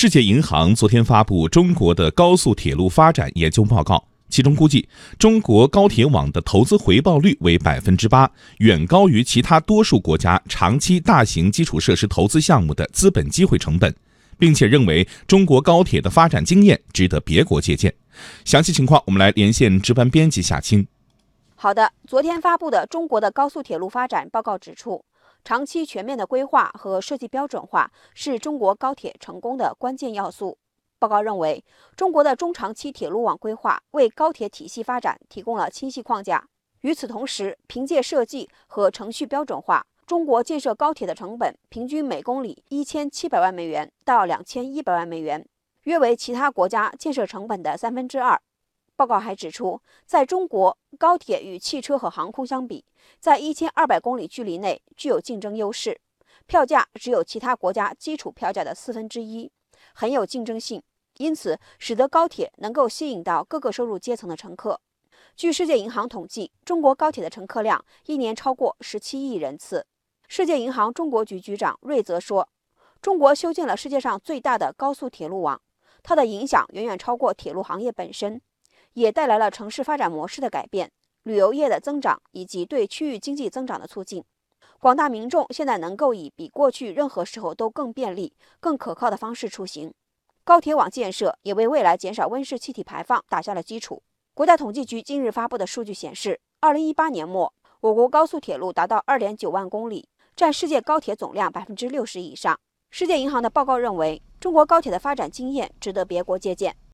世界银行昨天发布中国的高速铁路发展研究报告，其中估计中国高铁网的投资回报率为8%，远高于其他多数国家长期大型基础设施投资项目的资本机会成本，并且认为中国高铁的发展经验值得别国借鉴。详细情况我们来连线值班编辑夏青。 好的，昨天发布的中国的高速铁路发展报告指出，长期全面的规划和设计标准化是中国高铁成功的关键要素。报告认为，中国的中长期铁路网规划为高铁体系发展提供了清晰框架。与此同时，凭借设计和程序标准化，中国建设高铁的成本平均每公里1700万美元到2100万美元，约为其他国家建设成本的2/3。报告还指出，在中国，高铁与汽车和航空相比，在1200公里距离内具有竞争优势，票价只有其他国家基础票价的1/4，很有竞争性，因此使得高铁能够吸引到各个收入阶层的乘客。据世界银行统计，中国高铁的乘客量一年超过17亿人次。世界银行中国局局长瑞则说，中国修建了世界上最大的高速铁路网，它的影响远远超过铁路行业本身，也带来了城市发展模式的改变、旅游业的增长以及对区域经济增长的促进。广大民众现在能够以比过去任何时候都更便利、更可靠的方式出行。高铁网建设也为未来减少温室气体排放打下了基础。国家统计局近日发布的数据显示，2018年末，我国高速铁路达到2.9万公里，占世界高铁总量60%以上。世界银行的报告认为，中国高铁的发展经验值得别国借鉴。